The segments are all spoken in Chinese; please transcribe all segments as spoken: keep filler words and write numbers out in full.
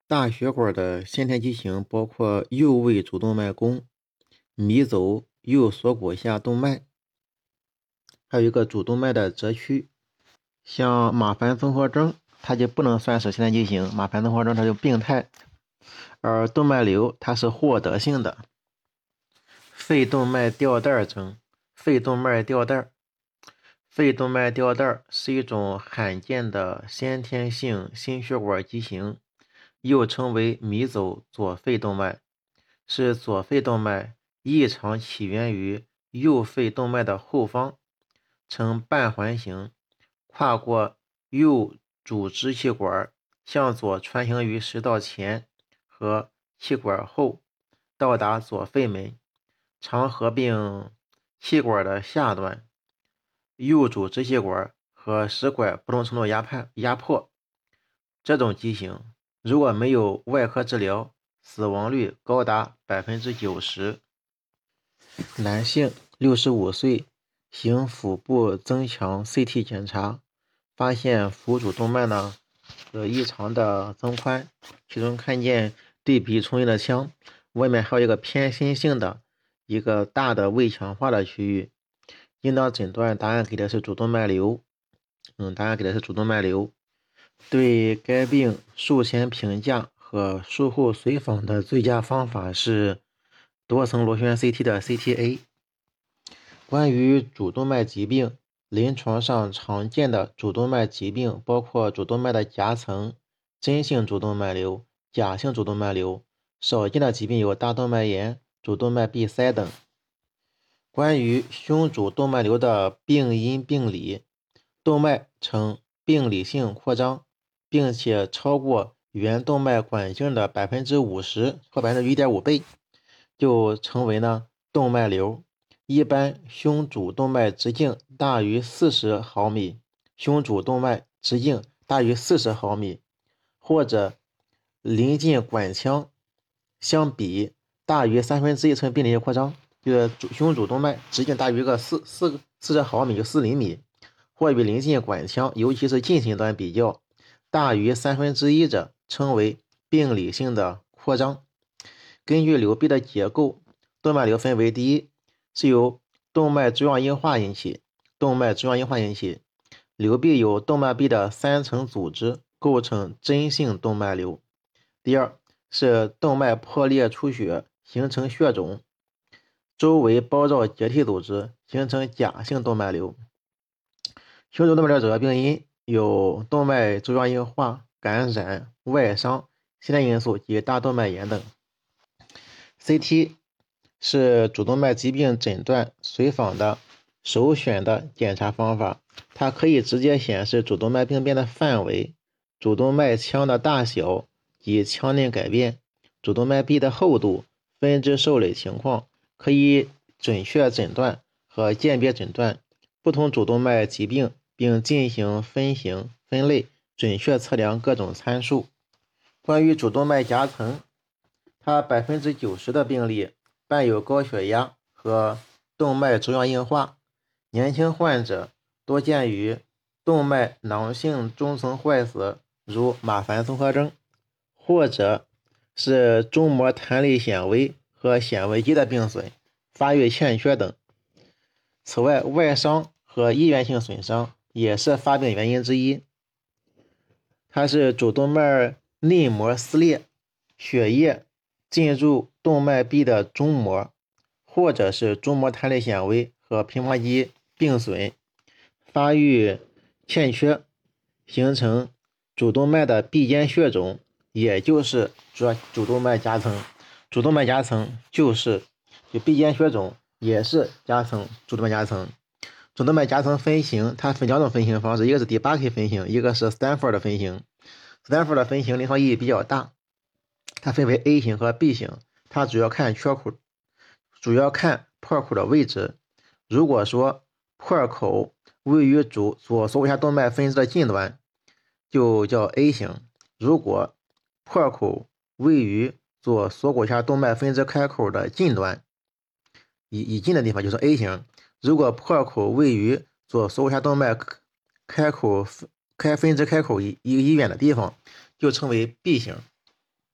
大血管的先天畸形包括右位主动脉弓、迷走右锁骨下动脉，还有一个主动脉的折曲。像马凡综合征，它就不能算是先天畸形，马凡综合征它就病态，而动脉瘤它是获得性的。肺动脉吊带征，肺动脉吊带，肺动脉吊带是一种罕见的先天性心血管畸形，又称为迷走左肺动脉，是左肺动脉异常起源于右肺动脉的后方，呈半环形，跨过右主支气管，向左穿行于食道前和气管后，到达左肺门，常合并气管的下端、右主支气管和食管不同程度压迫。压迫。这种畸形如果没有外科治疗，死亡率高达 百分之九十。男性六十五岁，行腹部增强 C T 检查，发现腹主动脉呢有异常的增宽，其中看见对比充盈的腔，外面还有一个偏心性的一个大的胃强化的区域。应当诊断答案给的是主动脉瘤，嗯，答案给的是主动脉瘤。对该病术前评价和术后随访的最佳方法是多层螺旋 C T 的 C T A。 关于主动脉疾病，临床上常见的主动脉疾病包括主动脉的夹层、真性主动脉瘤、假性主动脉瘤，少见的疾病有大动脉炎、主动脉闭塞等。关于胸主动脉瘤的病因病理，动脉呈病理性扩张，并且超过原动脉管径的 百分之五十 或 百分之一点五 倍，就称为呢动脉瘤。一般胸主动脉直径大于四十毫米，胸主动脉直径大于四十毫米，或者临近管腔相比大于三分之一层病理性扩张，就是胸主动脉直径大于个四四四十毫米，就四厘米，或与临近管腔，尤其是近近端比较大于三分之一者，称为病理性的扩张。根据瘤壁的结构，动脉瘤分为：第一，是由动脉粥样硬化引起，动脉粥样硬化引起，瘤壁有动脉壁的三层组织，构成真性动脉瘤。第二，是动脉破裂出血，形成血肿，周围包绕结缔组织，形成假性动脉瘤。胸主动脉瘤主要病因有动脉粥样硬化、感染、外伤、先天因素及大动脉炎等。C T 是主动脉疾病诊断随访的首选的检查方法，它可以直接显示主动脉病变的范围、主动脉腔的大小及腔内改变、主动脉壁的厚度、分支受累情况，可以准确诊断和鉴别诊断不同主动脉疾病，并进行分型分类，准确测量各种参数。关于主动脉夹层，它 百分之九十 的病例伴有高血压和动脉粥样硬化，年轻患者多见于动脉囊性中层坏死，如马凡综合征，或者是中膜弹力纤维和纤维肌的病损、发育欠缺等。此外，外伤和医源性损伤也是发病原因之一。它是主动脉内膜撕裂，血液进入动脉壁的中膜，或者是中膜弹力纤维和平滑肌病损、发育欠缺，形成主动脉的壁间血肿，也就是主主动脉夹层。主动脉夹层就是就壁间血肿，也是夹层主动脉夹层。主动脉夹层分型，它分两种分型方式，一个是 D 八 K 分型，一个是 Stanford 的分型。Stanford 的分型临床意义比较大，它分为 A 型和 B 型，它主要看缺口，主要看破口的位置。如果说破口位于主左锁骨下动脉分支的近端，就叫 A 型；如果破口位于左锁骨下动脉分支开口的近端，以以近的地方就是 A 型；如果破口位于左锁骨下动脉开口开分支开口一一个一远的地方，就称为 B 型。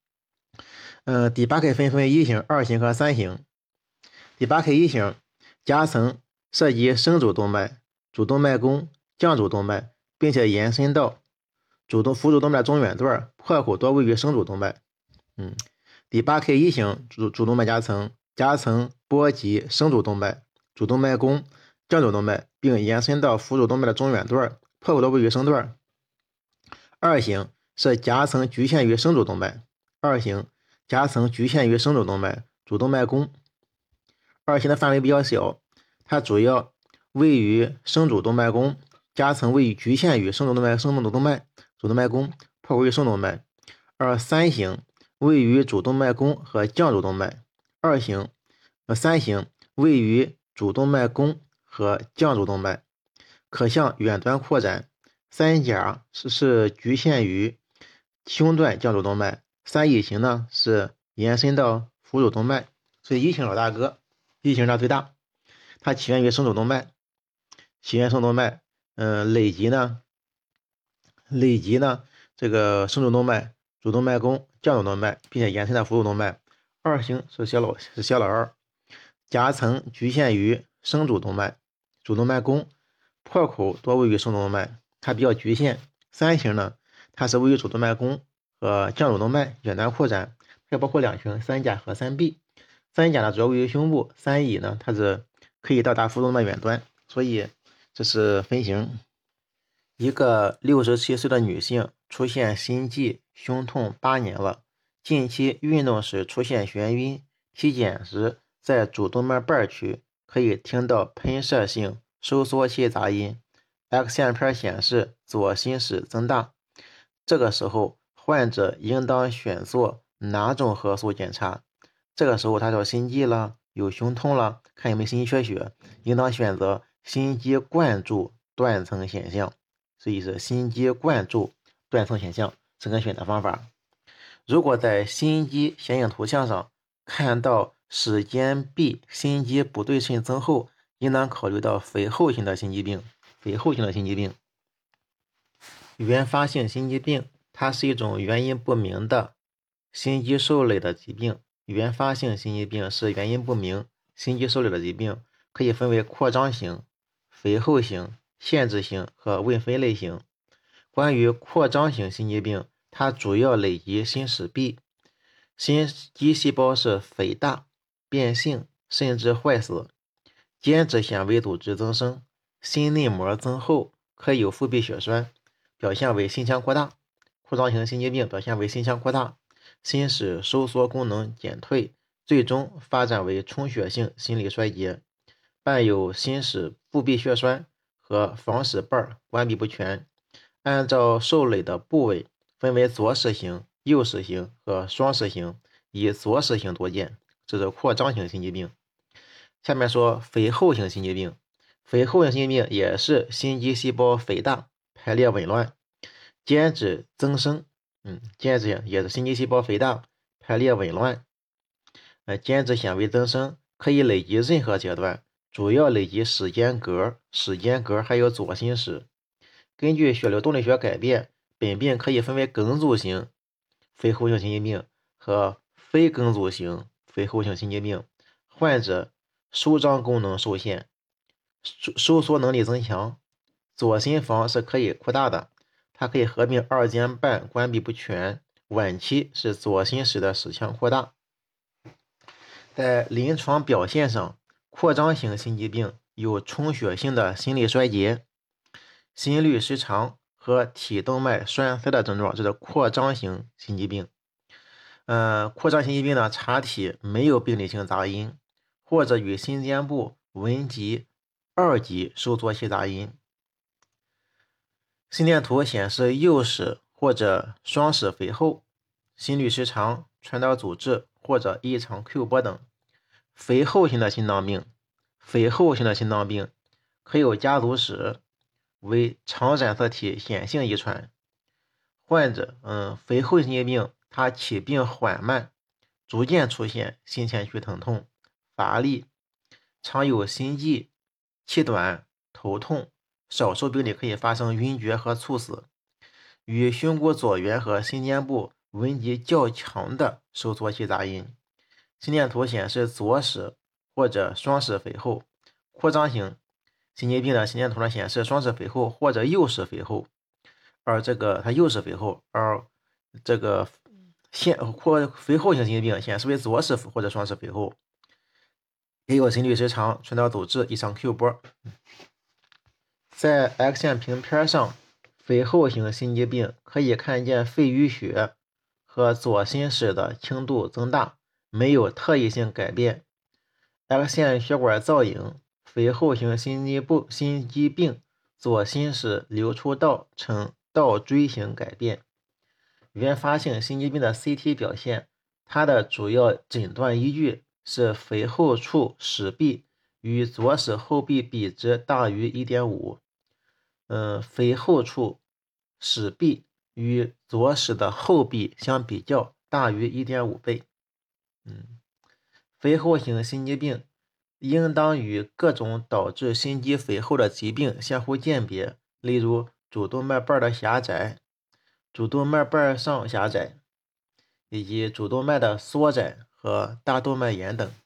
嗯，第八 K 分为一型、二型和三型。第八 K 一型夹层涉及升主动脉、主动脉弓、降主动脉，并且延伸到主动副主动脉中远段，破口多位于升主动脉。嗯，第八 K 一型主主动脉夹层，夹层波及升主动脉、主动脉弓、降主动脉，并延伸到副主动脉的中远段，破口多位于升段。二型是夹层局限于升主动脉，二型夹层局限于升主动脉、主动脉弓。二型的范围比较小，它主要位于升主动脉弓，夹层位于局限于升主动脉、升主动脉、主动脉弓，破口于升动脉。而三型位于主动脉弓和降主动脉，二型呃三型位于主动脉弓和降主动脉，可向远端扩展。三甲是是局限于胸段降主动脉，三乙型呢是延伸到副主动脉。所以一型老大哥，一型它最大，它起源于升主动脉，起源升主动脉，嗯、呃，累及呢，累及呢这个升主动脉、主动脉弓、降主动脉，并且延伸到副主动脉。二型是小老是小老二，夹层局限于升主动脉、主动脉弓，破口多位于升主动脉，它比较局限。三型呢，它是位于主动脉弓和降主动脉远端扩展，这包括两型三甲和三 B。三甲呢主要位于胸部，三乙呢它是可以到达副主动脉远端，所以这是分型。一个六十七岁的女性出现心悸、胸痛八年了，近期运动时出现眩晕，体检时在主动脉瓣区可以听到喷射性收缩期杂音 ，X 线片显示左心室增大。这个时候，患者应当选做哪种核素检查？这个时候他说心悸了，有胸痛了，看有没有心肌缺血，应当选择心肌灌注断层显像。所以是心肌灌注断层显像是个选择方法。如果在心肌显影图像上看到室间壁心肌不对称增厚，应当考虑到肥厚型的心肌病。肥厚型的心肌病，原发性心肌病，它是一种原因不明的心肌受累的疾病。原发性心肌病是原因不明心肌受累的疾病，可以分为扩张型、肥厚型、限制型和未分类型。关于扩张型心肌病，它主要累及心室壁，心肌细胞是肥大、变性甚至坏死，间质纤维组织增生，心内膜增厚，可有腹壁血栓，表现为心腔扩大。扩张型心肌病表现为心腔扩大，心室收缩功能减退，最终发展为充血性心力衰竭，伴有心室腹壁血栓和房室瓣关闭不全。按照受累的部位分为左室型、右室型和双室型，以左室型多见，这是扩张型心肌病。下面说肥厚型心肌病，肥厚型心肌病也是心肌细胞肥大、排列紊乱、间质增生，嗯，间质也是心肌细胞肥大、排列紊乱，呃，间质纤维增生，可以累及任何阶段，主要累及室间隔、室间隔还有左心室。根据血流动力学改变，本病可以分为梗阻型肥厚性心肌病和非梗阻型肥厚性心肌病。患者舒张功能受限，收收缩能力增强，左心房是可以扩大的，它可以合并二尖瓣关闭不全，晚期是左心室的室腔扩大。在临床表现上，扩张型心肌病有充血性的心力衰竭、心律失常和体动脉栓塞的症状，这是扩张型心肌病。呃，扩张型心肌病呢，查体没有病理性杂音，或者与心尖部闻及二级收缩期杂音。心电图显示右室或者双室肥厚、心律失常、传导阻滞或者异常 Q 波等。肥厚型的心脏病，肥厚型的心脏病可有家族史，为常染色体显性遗传。患者，嗯，肥厚心肌病，它起病缓慢，逐渐出现心前区疼痛、乏力，常有心悸、气短、头痛，少数病例可以发生晕厥和猝死。与胸骨左缘和心尖部纹理较强的收缩器杂音。心电图显示左室或者双室肥厚。扩张型心肌病的心电图上显示双室肥厚或者右室肥厚，而这个它右室肥厚，而这个现或肥厚型心肌病显示为左室或者双室肥厚。也有心律时长、传导阻滞、异常 Q 波。在 X 线平片上，肥厚型心肌病可以看见肺淤血和左心室的轻度增大，没有特异性改变。X 线血管造影，肥厚型心肌部心肌病左心室流出道呈倒锥形改变。原发性心肌病的 C T 表现，它的主要诊断依据是肥厚处室壁与左室后壁比值大于 一点五， 嗯，肥厚处室壁与左室的后壁相比较大于 一点五 倍。嗯，肥厚型心肌病应当与各种导致心肌肥厚的疾病相互鉴别，例如主动脉瓣的狭窄、主动脉瓣上狭窄，以及主动脉的缩窄和大动脉炎等。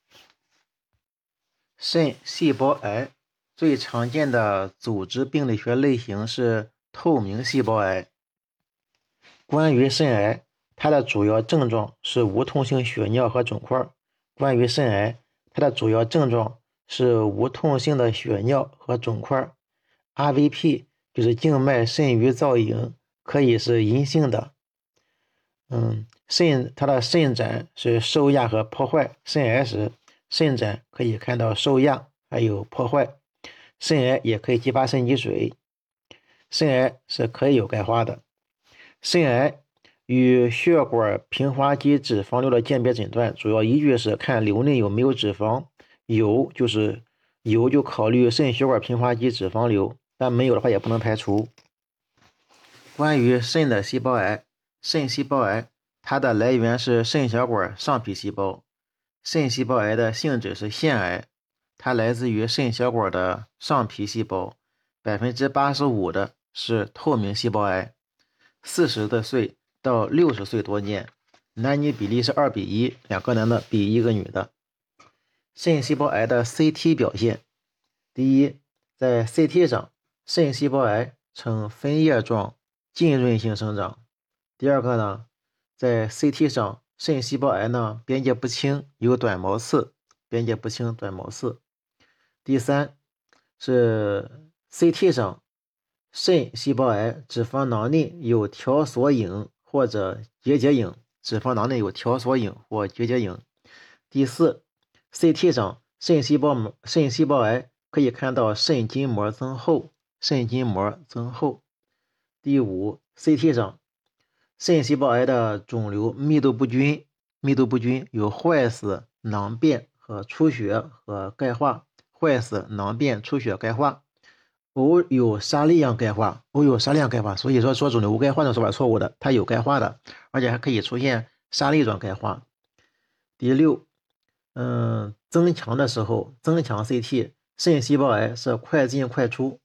肾细胞癌最常见的组织病理学类型是透明细胞癌。关于肾癌，它的主要症状是无痛性血尿和肿块。关于肾癌，它的主要症状是无痛性的血尿和肿块。R V P 就是静脉肾盂造影，可以是阴性的。嗯，肾它的肾展是受压和破坏。肾癌时，肾展可以看到受压还有破坏。肾癌也可以激发肾积水。肾癌是可以有钙化的。肾癌与血管平滑肌脂肪瘤的鉴别诊断主要依据是看瘤内有没有脂肪，有就是有就考虑肾血管平滑肌脂肪瘤，但没有的话也不能排除。关于肾的细胞癌，肾细胞癌它的来源是肾小管上皮细胞。肾细胞癌的性质是腺癌，它来自于肾小管的上皮细胞， 百分之八十五 的是透明细胞癌。四十多岁到六十岁多见，男女比例是二比一，两个男的比一个女的。肾细胞癌的 C T 表现，第一，在 C T 上，肾细胞癌呈分叶状浸润性生长。第二个呢，在 C T 上，肾细胞癌呢边界不清，有短毛刺，边界不清，短毛刺。第三是 C T 上，肾细胞癌脂肪囊内有条索影或者结节影，脂肪囊内有条索影或结节影。第四 ，C T 上肾细胞肾细胞癌可以看到肾筋膜增厚，肾筋膜增厚。第五 ，C T 上肾细胞癌的肿瘤密度不均，密度不均有坏死、囊变和出血和钙化，坏死、囊变、出血、钙化。偶有沙粒样钙化，偶有沙粒样钙化，所以说说肿瘤无钙化的说法错误的，它有钙化的，而且还可以出现沙粒状钙化。第六，嗯，增强的时候，增强 C T， 肾细胞癌是快进快出。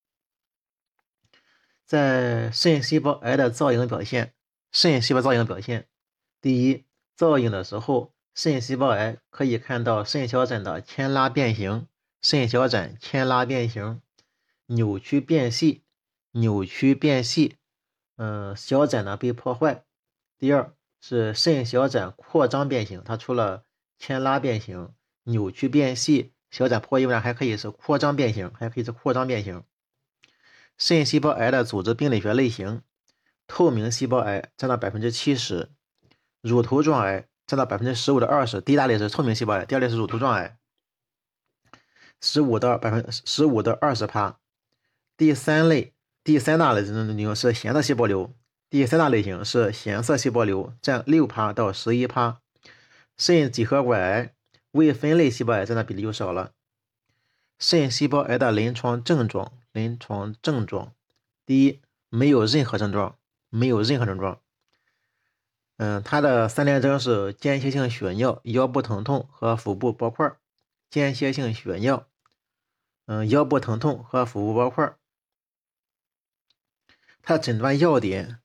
在肾细胞癌的造影表现，肾细胞造影表现，第一，造影的时候，肾细胞癌可以看到肾小展的牵拉变形，肾小展牵拉变形。扭曲变细，扭曲变细，嗯，小展呢被破坏。第二是肾小展扩张变形，它除了牵拉变形、扭曲变细、小展破坏以外，还可以是扩张变形，还可以是扩张变形。肾细胞癌的组织病理学类型，透明细胞癌占到 百分之七十， 乳头状癌占到 百分之十五 到二十， 第一大类是透明细胞癌，第二类是乳头状癌，十五到百分之十五到二十趴。第三类，第三大类型是显色细胞瘤，第三大类型是显色细胞瘤，占 百分之六 到 十一趴。肾几何管癌、未分类细胞癌占的比例就少了。肾细胞癌的临床症状，临床症状，第一，没有任何症状，没有任何症状。嗯，它的三联征是间歇性血尿、腰部疼痛和腹部包块。间歇性血尿，嗯，腰部疼痛和腹部包块。它的诊断要点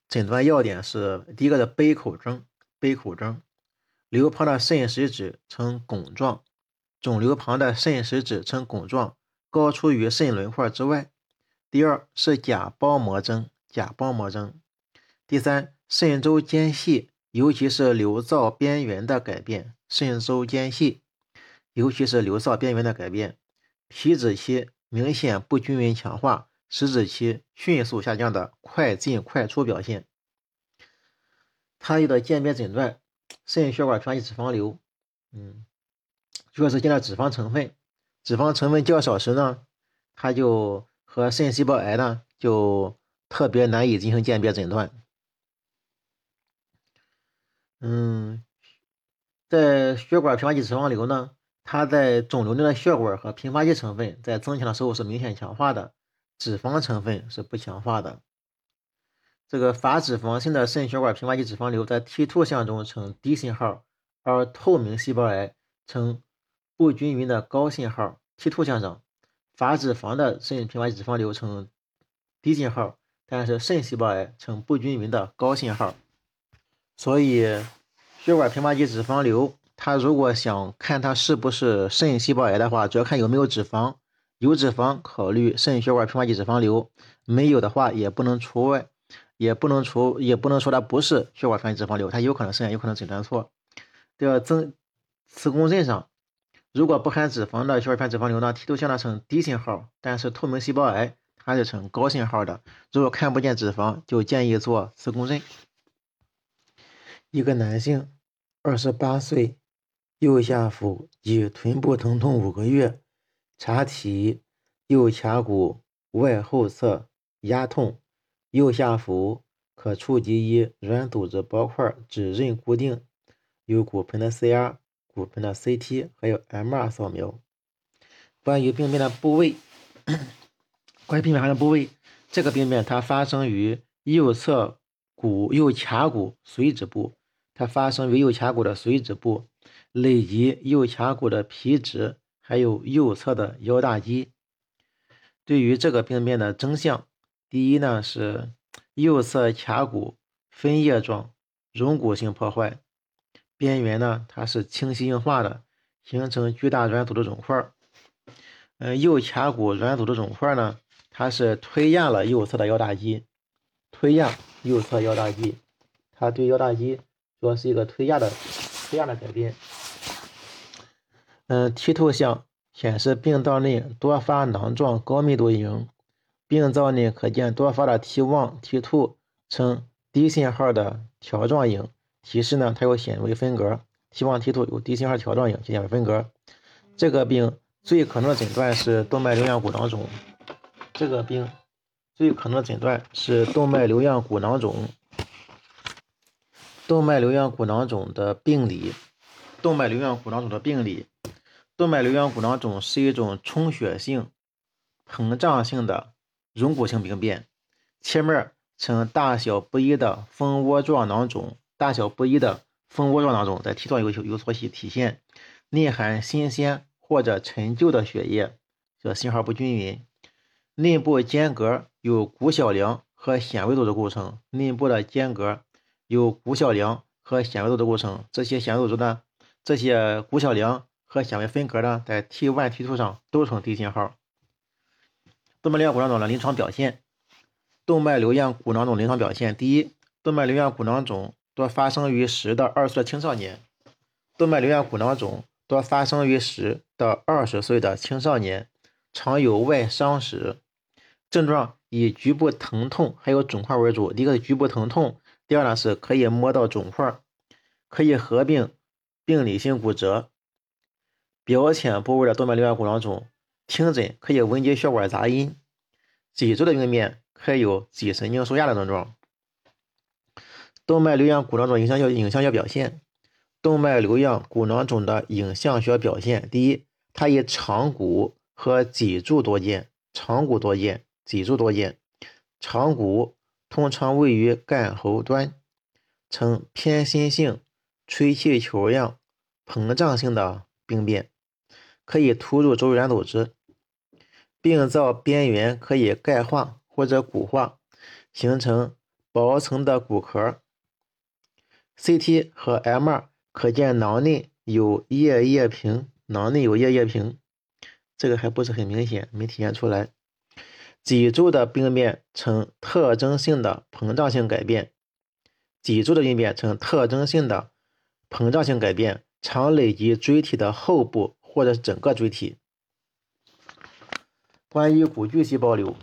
诊断要点是：第一个是杯口征，杯口征，瘤旁的肾实质呈拱状，肿瘤旁的肾实质呈拱状，高出于肾轮廓之外。第二是假包膜征，假包膜征。第三，肾周间隙，尤其是瘤灶边缘的改变，肾周间隙，尤其是瘤灶边缘的改变，皮脂期明显不均匀强化，实质期迅速下降的快进快出表现。它的鉴别诊断，肾血管平滑肌脂肪瘤，嗯，主要是见到脂肪成分，脂肪成分较少时呢，它就和肾细胞癌呢就特别难以进行鉴别诊断。嗯，在血管平滑肌脂肪瘤呢，它在肿瘤内的血管和平滑肌成分在增强的时候是明显强化的，脂肪成分是不强化的。这个乏脂肪性的肾血管平滑肌脂肪瘤在 T 二 项中呈低信号，而透明细胞癌呈不均匀的高信号。T 二 项上，乏脂肪的肾平滑肌脂肪瘤呈低信号，但是肾细胞癌呈不均匀的高信号。所以血管平滑肌脂肪瘤，它如果想看它是不是肾细胞癌的话，主要看有没有脂肪，有脂肪考虑肾血管平滑肌脂肪瘤，没有的话也不能除外，也不能除，也不能说它不是血管平滑肌脂肪瘤，它有可能是，有可能诊断错。第二，增磁共振上，如果不含脂肪的血管平滑肌脂肪瘤呢 ，T 二 项呢呈低信号，但是透明细胞癌它是呈高信号的，如果看不见脂肪，就建议做磁共振。一个男性，二十八岁，右下腹及臀部疼痛五个月，查体右髂骨外后侧压痛，右下腹可触及一软组织包块指认固定，有骨盆的 C R、骨盆的 C T 还有 M R 扫描。关于病变的部位，关于病变发生的部位，这个病变它发生于右侧骨右髂骨髓质部。它发生于右髂骨的髓质部，累及右髂骨的皮质，还有右侧的腰大肌。对于这个病变的征象，第一呢是右侧髂骨分叶状溶骨性破坏，边缘呢它是清晰硬化的，形成巨大软组织肿块。嗯，右髂骨软组织肿块呢，它是推压了右侧的腰大肌，推压右侧腰大肌，它对腰大肌主要是一个推压的推压的改变。嗯 ，T 二 项显示病灶内多发囊状高密度营，病灶内可见多发的 T 一、T 二 呈低信号的条状影，提示呢它有显微分隔。T 一、T 二 有低信号条状影，显微分隔。这个病最可能的诊断是动脉瘤样骨囊肿。这个病最可能的诊断是动脉瘤样骨囊肿。动脉瘤样骨囊肿的病理，动脉瘤样骨囊肿的病理，动脉瘤样骨囊肿是一种充血性、膨胀性的溶骨性病变，切面呈大小不一的蜂窝状囊肿，大小不一的蜂窝状囊肿在体状有有所体现，内含新鲜或者陈旧的血液，这信号不均匀。内部间隔由骨小梁和纤维组织构成，内部的间隔由骨小梁和纤维组织构成，这些纤维组织呢，这些骨小梁和纤维分隔呢，在 T 一、T 二 上都呈低信号。动脉瘤样骨囊肿的临床表现，动脉瘤样骨囊肿临床表现，第一，动脉瘤样骨囊肿多发生于十到二十岁的青少年，动脉瘤样骨囊肿多发生于十到二十岁的青少年，常有外伤史，症状以局部疼痛还有肿块为主。第一个是局部疼痛，第二呢是可以摸到肿块，可以合并病理性骨折。表浅部位的动脉瘤样骨囊肿，听诊可以闻及血管杂音，脊柱的病变可以有脊神经受压的症状。动脉瘤样骨囊肿影像学影像学表现，动脉瘤样骨囊肿的影像学表现，第一，它以长骨和脊柱多见，长骨多见，脊柱多见。长骨通常位于干喉端，呈偏心性吹气球样膨胀性的病变，可以突入周软组织，病灶边缘可以钙化或者骨化，形成薄层的骨壳。C T 和 M 二 可见囊内有叶叶屏，囊内有叶叶屏，这个还不是很明显，没体现出来。脊柱的病变呈特征性的膨胀性改变，脊柱的病变呈特征性的膨胀性改变，常累及椎体的后部或者整个椎体。关于骨巨细胞瘤，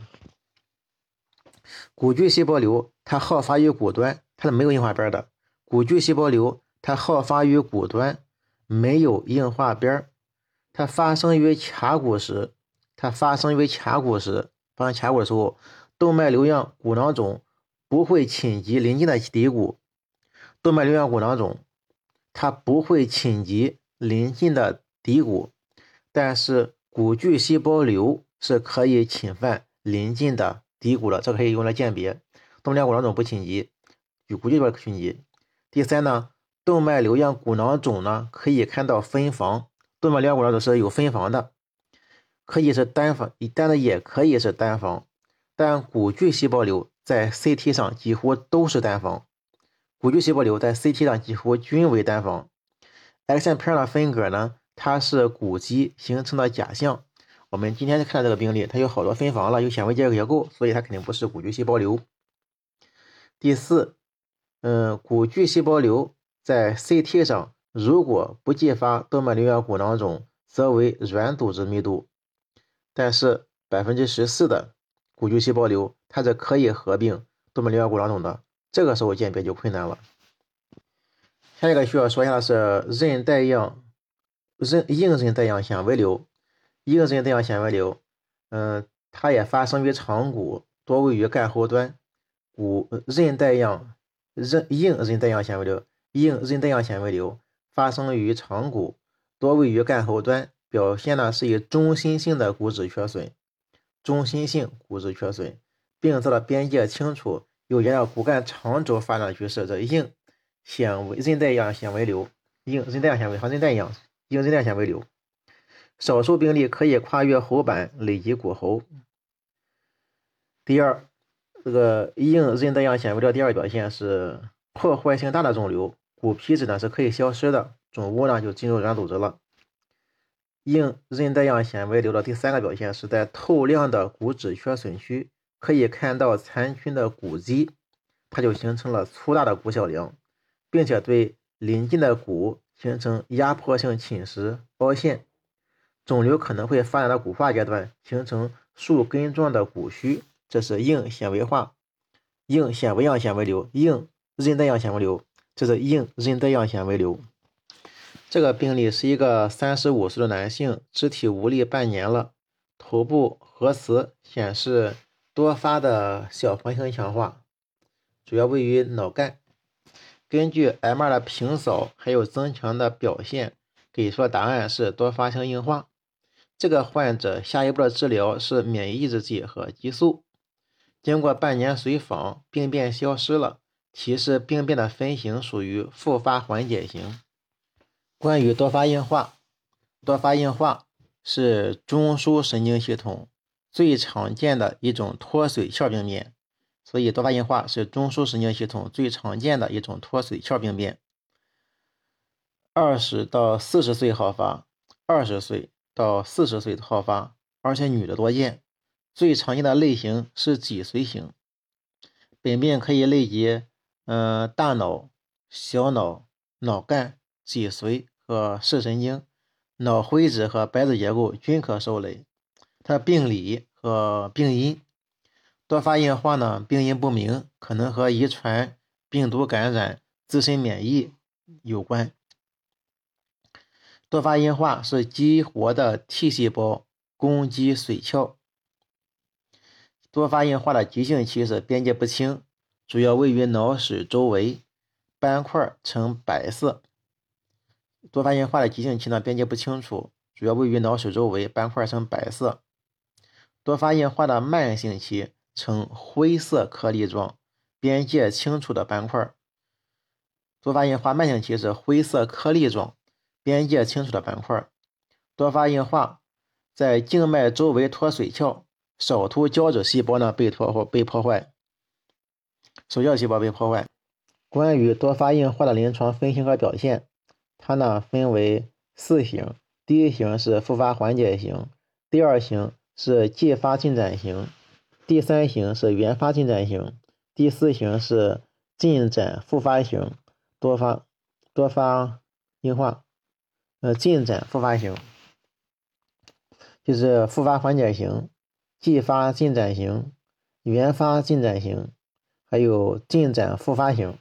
骨巨细胞瘤它好发于骨端，它是没有硬化边的。骨巨细胞瘤它好发于骨端，没有硬化边，它发生于髂骨时，它发生于髂骨时，发生髂骨的时候，动脉瘤样骨囊肿不会侵及邻近的骶骨，动脉瘤样骨囊肿它不会侵及邻近的骶骨，但是骨巨细胞瘤是可以侵犯邻近的骶骨的，这个可以用来鉴别。动脉瘤样骨囊肿不侵及，与骨巨细胞侵及。第三呢，动脉瘤样骨囊肿呢可以看到分房，动脉瘤样骨囊肿是有分房的，可以是单房，但是也可以是单房，但骨巨细胞瘤在 C T 上几乎都是单房，骨巨细胞瘤在 C T 上几乎均为单房。X 线片的分割呢，它是骨肌形成的假象。我们今天看这个病例，它有好多分房了，有显微结构，所以它肯定不是骨巨细胞瘤。第四，嗯，骨巨细胞瘤在 C T 上如果不继发动脉瘤样骨囊肿，则为软组织密度，但是 百分之十四 的骨巨细胞瘤它是可以合并动脉瘤样骨囊肿的，这个时候鉴别就困难了。下一个需要说一下的是韧带样韧硬韧带样纤维瘤。硬韧带样纤维瘤，嗯，它也发生于长骨，多位于干后端。骨韧带样韧硬韧带样纤维瘤，硬韧带样纤维瘤发生于长骨，多位于干后端，表现呢是以中心性的骨质缺损，中心性骨质缺损，病灶的边界清楚，有沿着骨干长轴发展的趋势，这硬纤维韧带样纤维瘤，硬韧带样纤维和韧带一样，硬韧带纤维瘤。少数病例可以跨越喉板累及骨喉。第二，这个硬韧带样纤维瘤第二表现是破坏性大的肿瘤，骨皮质呢是可以消失的，肿物呢就进入软组织了。硬韧带样纤维瘤的第三个表现是在透亮的骨质缺损区可以看到残缺的骨肌，它就形成了粗大的骨小梁，并且对邻近的骨形成压迫性侵蚀凹陷。肿瘤可能会发展到骨化阶段，形成树根状的骨须，这是硬纤维化、硬纤维样纤维瘤、硬韧带样纤维瘤，这是硬韧带样纤维瘤。这个病例是一个三十五岁的男性，肢体无力半年了，头部核磁显示多发的小环形强化，主要位于脑干。根据 M 二 的平扫还有增强的表现，给出的答案是多发性硬化。这个患者下一步的治疗是免疫抑制剂和激素。经过半年随访，病变消失了，提示病变的分型属于复发缓解型。关于多发硬化，多发硬化是中枢神经系统最常见的一种脱髓鞘病变，所以多发硬化是中枢神经系统最常见的一种脱髓鞘病变。二十到四十岁好发，二十岁到四十岁好发，而且女的多见。最常见的类型是脊髓型。本病可以累及嗯、呃、大脑、小脑、脑干、脊髓和视神经，脑灰质和白质结构均可受累。它病理和病因，多发硬化呢，病因不明，可能和遗传、病毒感染、自身免疫有关。多发硬化是激活的 T 细胞攻击髓鞘。多发硬化的急性期是边界不清，主要位于脑室周围，斑块呈白色。多发硬化的急性期呢，边界不清楚，主要位于脑室周围，斑块呈白色。多发硬化的慢性期呈灰色颗粒状，边界清楚的斑块。多发硬化慢性期是灰色颗粒状，边界清楚的斑块。多发硬化在静脉周围脱髓鞘，少突胶质细胞呢被破或被破坏。 首要细胞被破坏。关于多发硬化的临床分型和表现，它呢分为四型。第一型是复发缓解型，第二型是继发进展型，第三型是原发进展型，第四型是进展复发型。多发多发硬化，呃，进展复发型就是复发缓解型、继发进展型、原发进展型，还有进展复发型。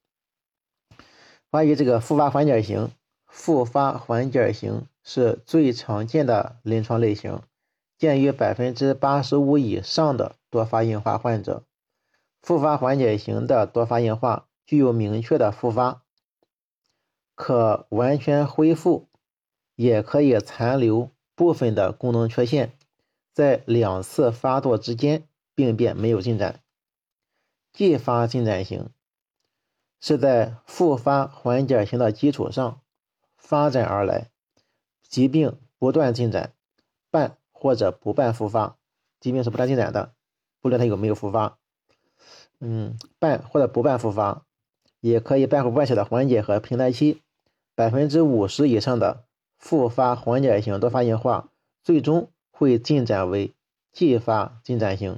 关于这个复发缓解型，复发缓解型是最常见的临床类型，见于百分之八十五以上的多发硬化患者。复发缓解型的多发硬化具有明确的复发，可完全恢复，也可以残留部分的功能缺陷，在两次发作之间病变没有进展。继发进展型是在复发缓解型的基础上发展而来，疾病不断进展，伴或者不伴复发，疾病是不断进展的，不论它有没有复发，嗯，伴或者不伴复发，也可以伴或不伴小的缓解和平台期。百分之五十以上的复发缓解型多发硬化最终会进展为继发进展型，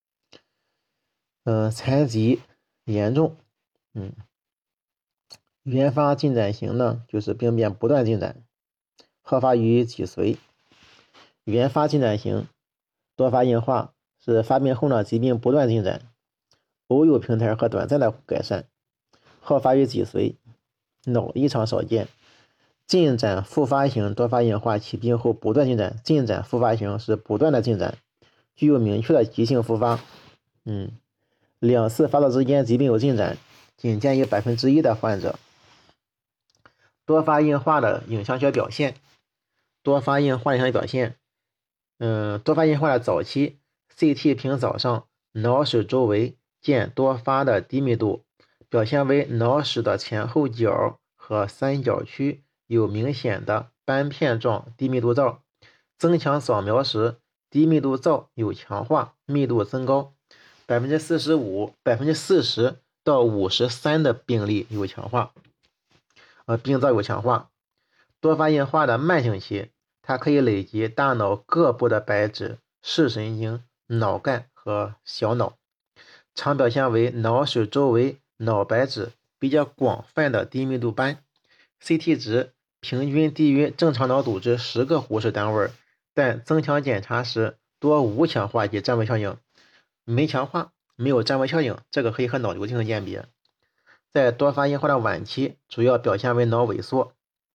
嗯、呃，残疾严重，嗯。原发进展型呢，就是病变不断进展，好发于脊髓。原发进展型多发硬化是发病后呢，疾病不断进展，偶有平台和短暂的改善，好发于脊髓，脑异常少见。进展复发型多发硬化起病后不断进展，进展复发型是不断的进展，具有明确的急性复发。嗯，两次发作之间疾病有进展，仅见于百分之一的患者。多发硬化的影像学表现，多发硬化影像学表现，嗯，多发硬化的早期 C T 平扫上脑室周围见多发的低密度，表现为脑室的前后角和三角区有明显的斑片状低密度灶，增强扫描时低密度灶有强化，密度增高， 百分之四十五、百分之四十 到五十三的病例有强化，呃，病灶有强化。多发硬化的慢性期，它可以累及大脑各部的白质、视神经、脑干和小脑，常表现为脑室周围脑白质比较广泛的低密度斑， C T 值平均低于正常脑组织十个湖氏单位，但增强检查时多无强化及占位效应，没强化没有占位效应，这个可以和脑瘤进行鉴别。在多发硬化的晚期，主要表现为脑萎缩。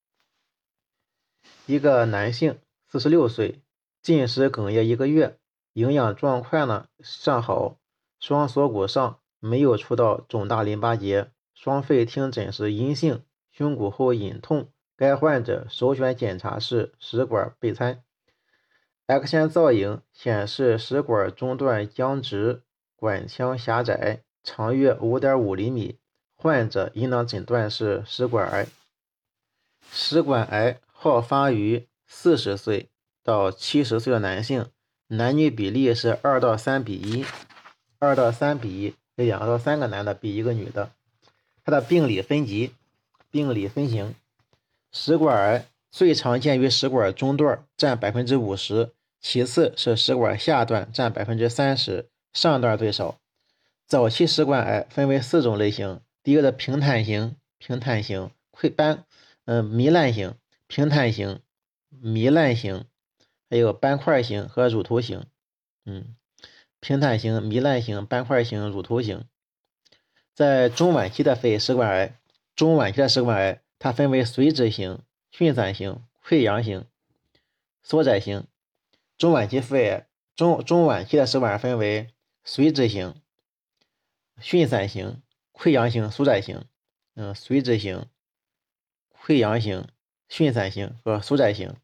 一个男性四十六岁，进食哽咽一个月，营养状况呢尚好，双锁骨上没有触到肿大淋巴结，双肺听诊时阴性，胸骨后隐痛。该患者首选检查是食管钡餐。X 线造影显示食管中段僵直，管腔狭窄，长约 五点五厘米，患者应当诊断是食管癌。食管癌好发于四十岁到七十岁的男性，男女比例是二到三比一，二到三比一，两到三个男的比一个女的。它的病理分级、病理分型，食管癌最常见于食管中段，占 百分之五十， 其次是食管下段，占 百分之三十， 上段最少。早期食管癌分为四种类型，第一个是平坦型、平坦型、溃斑，嗯、呃，糜烂型、平坦型、糜烂型，还有斑块型和乳头型。嗯，平坦型、糜烂型、斑块型、乳头型。在中晚期的肺食管癌，中晚期的食管癌它分为髓质型、迅散型、溃疡型、缩窄型。中晚期肺癌中中晚期的食管癌分为髓质型、迅散型、溃疡型、缩窄型。嗯，髓质型、溃疡型、迅散型和缩窄型。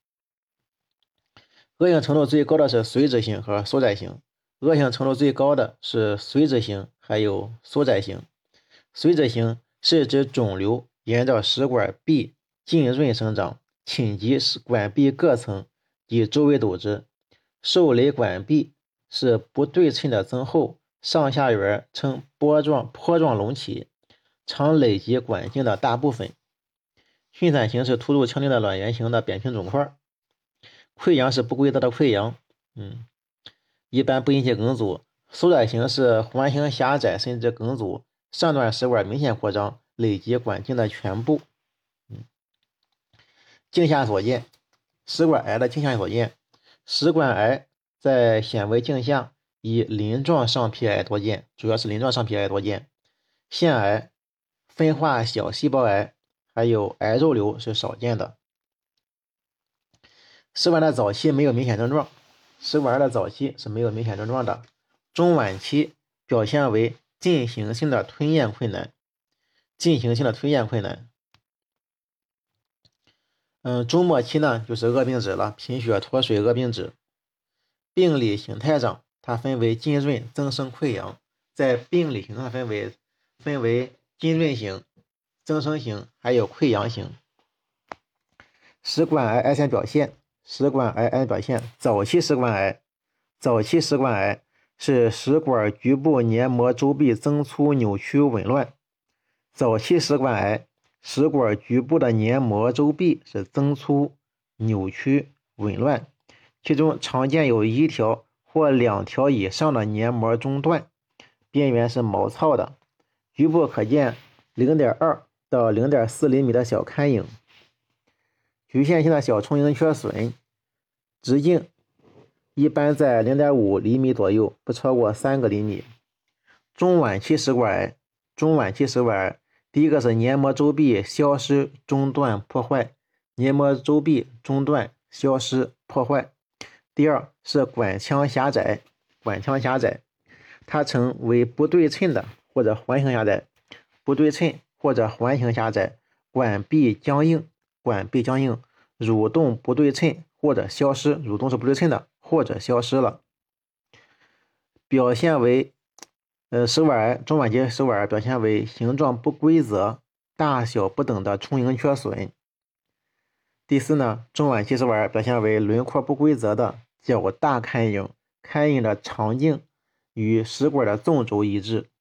恶性程度最高的是髓质型和缩窄型，恶性程度最高的是髓质型还有缩窄型。髓质型是指肿瘤沿着食管壁浸润生长，侵及管壁各层及周围组织，受累管壁是不对称的增厚， 上下缘呈波状坡状隆起，常累及管径的大部分。熏散型是突出强烈的卵圆形的扁平肿块。溃疡是不规则的溃疡，嗯，一般不引起梗阻。缩短型是环形狭窄甚至梗阻，上段食管明显扩张，累及管径的全部。嗯，镜下所见，食管癌的镜下所见，食管癌在显微镜下以鳞状上皮癌多见，主要是鳞状上皮癌多见。腺癌、分化小细胞癌还有癌肉瘤是少见的。食管的早期没有明显症状，食管癌的早期是没有明显症状的。中晚期表现为进行性的吞咽困难，进行性的吞咽困难。嗯，中末期呢就是恶病指了，贫血脱水恶病指。病理形态上，它分为浸润、增生、溃疡。在病理形态分为分为浸润型、增生型，还有溃疡型。食管癌癌前表现，食管癌癌表现，早期食管癌，早期食管癌是食管局部黏膜周壁增粗、扭曲、紊乱。早期食管癌，食管局部的黏膜周壁是增粗、扭曲、紊乱，其中常见有一条或两条以上的黏膜中断，边缘是毛糙的，局部可见 零点二 到 零点四 厘米的小龛影。局限性的小充盈缺损，直径一般在 零点五 厘米左右，不超过三个厘米。中晚期食管癌，中晚期食管癌，第一个是黏膜周壁消失、中断、破坏，黏膜周壁中断、消失、破坏。第二是管腔狭窄，管腔狭窄，它呈为不对称的或者环形狭窄，不对称或者环形狭窄，管壁僵硬，管壁僵硬，蠕动不对称或者消失，蠕动是不对称的或者消失了。表现为呃食管癌，中晚期食管癌表现为形状不规则、大小不等的充盈缺损。第四呢，中晚期食管癌表现为轮廓不规则的较大龛影，龛影的长径与食管的纵轴一致。